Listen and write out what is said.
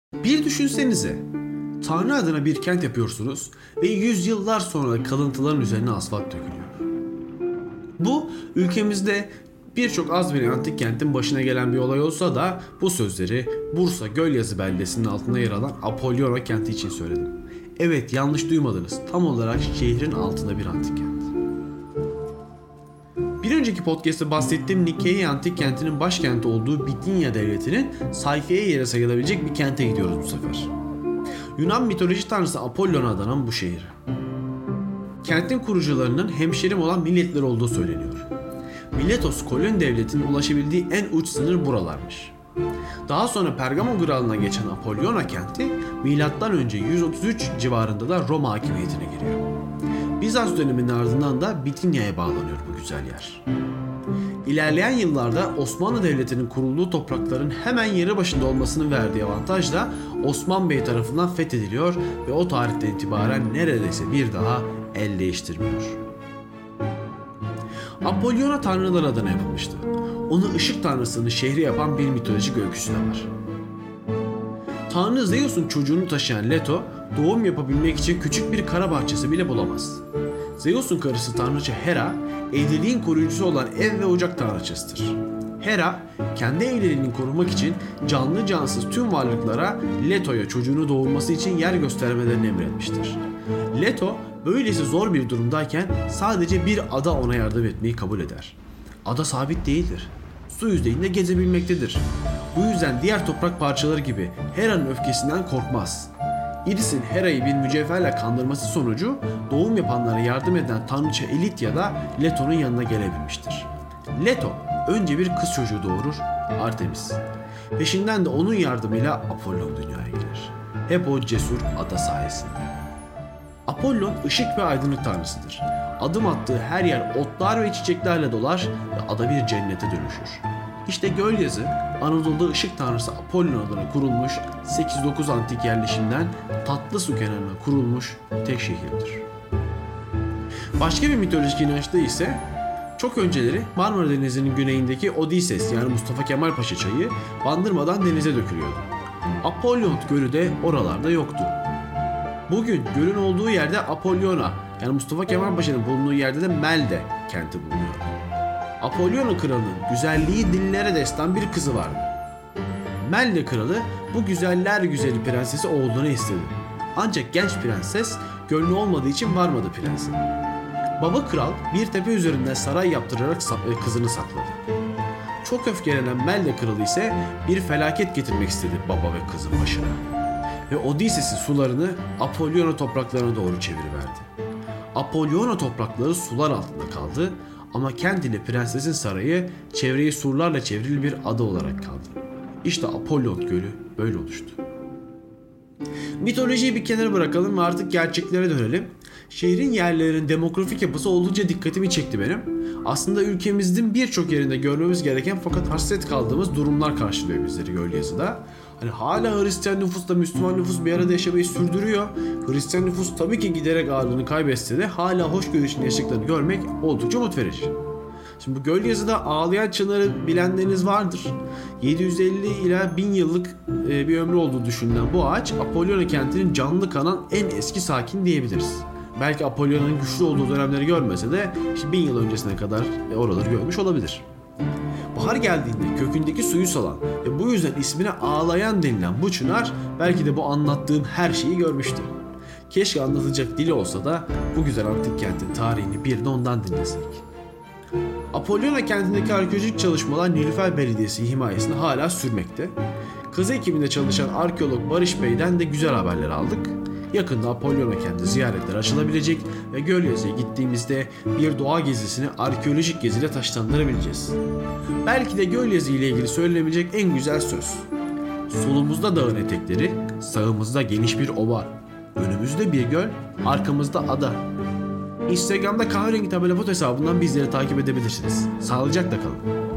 Bir düşünsenize, Tanrı adına bir kent yapıyorsunuz ve yüzyıllar sonra kalıntıların üzerine asfalt dökülüyor. Bu ülkemizde birçok az bir antik kentin başına gelen bir olay olsa da bu sözleri Bursa Gölyazı beldesinin altında yer alan Apollona kenti için söyledim. Evet, yanlış duymadınız. Tam olarak şehrin altında bir antik kent. Bir önceki podcast'te bahsettiğim Nikeia antik kentinin başkenti olduğu Bitinya devletinin sayfaya yere sayılabilecek bir kente gidiyoruz bu sefer. Yunan mitoloji tanrısı Apollon'a adanan bu şehir. Kentin kurucularının hemşerim olan milletler olduğu söyleniyor. Miletos Kolon devletinin ulaşabildiği en uç sınır buralarmış. Daha sonra Pergamon krallığına geçen Apollona kenti M.Ö. 133 civarında da Roma hakimiyetine giriyor. Bizans döneminin ardından da Bitinya'ya bağlanıyor bu güzel yer. İlerleyen yıllarda Osmanlı Devleti'nin kurulduğu toprakların hemen yanı başında olmasının verdiği avantajla Osman Bey tarafından fethediliyor ve o tarihten itibaren neredeyse bir daha el değiştirmiyor. Apollona tanrılar adına yapılmıştı. Onu ışık tanrısını şehri yapan bir mitolojik öyküsü de var. Tanrı Zeus'un çocuğunu taşıyan Leto, doğum yapabilmek için küçük bir kara bahçesi bile bulamaz. Zeus'un karısı tanrıça Hera, evliliğin koruyucusu olan ev ve ocak tanrıçasıdır. Hera, kendi evliliğini korumak için canlı cansız tüm varlıklara Leto'ya çocuğunu doğurması için yer göstermelerini emretmiştir. Leto, böylesi zor bir durumdayken sadece bir ada ona yardım etmeyi kabul eder. Ada sabit değildir. Su yüzeyinde gezebilmektedir. Bu yüzden diğer toprak parçaları gibi Hera'nın öfkesinden korkmaz. Iris'in Hera'yı bir mücevherle kandırması sonucu doğum yapanlara yardım eden tanrıça Elitya da Leto'nun yanına gelebilmiştir. Leto önce bir kız çocuğu doğurur, Artemis. Peşinden de onun yardımıyla Apollon dünyaya gelir. Hep o cesur ada sayesinde. Apollon ışık ve aydınlık tanrısıdır. Adım attığı her yer otlar ve çiçeklerle dolar ve ada bir cennete dönüşür. İşte Gölyazı, Anadolu'da ışık tanrısı Apollon adına kurulmuş 8-9 antik yerleşimden tatlı su kenarına kurulmuş tek şehirdir. Başka bir mitolojik inançta ise çok önceleri Marmara Denizi'nin güneyindeki Odysseus yani Mustafa Kemal Paşa çayı bandırmadan denize dökülüyordu. Apollon Gölü de oralarda yoktu. Bugün gölün olduğu yerde Apollona yani Mustafa Kemal Paşa'nın bulunduğu yerde de Melde kenti bulunuyor. Apollona kralının güzelliği dillere destan bir kızı vardı. Melde kralı bu güzeller güzeli prensesi oğluna istedi. Ancak genç prenses gönlü olmadığı için varmadı prense. Baba kral bir tepe üzerinde saray yaptırarak kızını sakladı. Çok öfkelenen Melde kralı ise bir felaket getirmek istedi baba ve kızın başına. Ve Odysseus'in sularını Apollona topraklarına doğru çeviriverdi. Apollona toprakları sular altında kaldı ama kent ile prensesin sarayı çevreyi surlarla çevrili bir ada olarak kaldı. İşte Apollon Gölü böyle oluştu. Mitolojiyi bir kenara bırakalım ve artık gerçeklere dönelim. Şehrin yerlerinin demografik yapısı oldukça dikkatimi çekti benim. Aslında ülkemizin birçok yerinde görmemiz gereken fakat hasret kaldığımız durumlar karşılıyor bizleri Gölyazı'da. Hani hala Hristiyan nüfusla Müslüman nüfus bir arada yaşamayı sürdürüyor. Hristiyan nüfus tabii ki giderek ağırlığını kaybetse de hala hoşgörü içinde yaşadıklarını görmek oldukça umut verici. Şimdi bu Gölyazı'da ağlayan çınarı bilenleriniz vardır. 750 ila 1000 yıllık bir ömrü olduğu düşünülen bu ağaç Apollona kentinin canlı kalan en eski sakin diyebiliriz. Belki Apollona'nın güçlü olduğu dönemleri görmese de 1000 yıl öncesine kadar oraları görmüş olabilir. Bahar geldiğinde kökündeki suyu salan ve bu yüzden ismine ağlayan denilen bu çınar belki de bu anlattığım her şeyi görmüştü. Keşke anlatacak dili olsa da bu güzel antik kentin tarihini bir de ondan dinlesek. Apollona kentindeki arkeolojik çalışmalar Nilüfer Belediyesi himayesinde hala sürmekte. Kazı ekibinde çalışan arkeolog Barış Bey'den de güzel haberler aldık. Yakında Apollona kenti ziyaretler açılabilecek ve Gölyazı'ya gittiğimizde bir doğa gezisini arkeolojik geziyle taşlandırabileceğiz. Belki de Gölyazı ile ilgili söylenebilecek en güzel söz. Solumuzda dağın etekleri, sağımızda geniş bir ova, önümüzde bir göl, arkamızda ada. Instagram'da kahverengi tabela foto hesabından bizleri takip edebilirsiniz. Sağlıcakla kalın.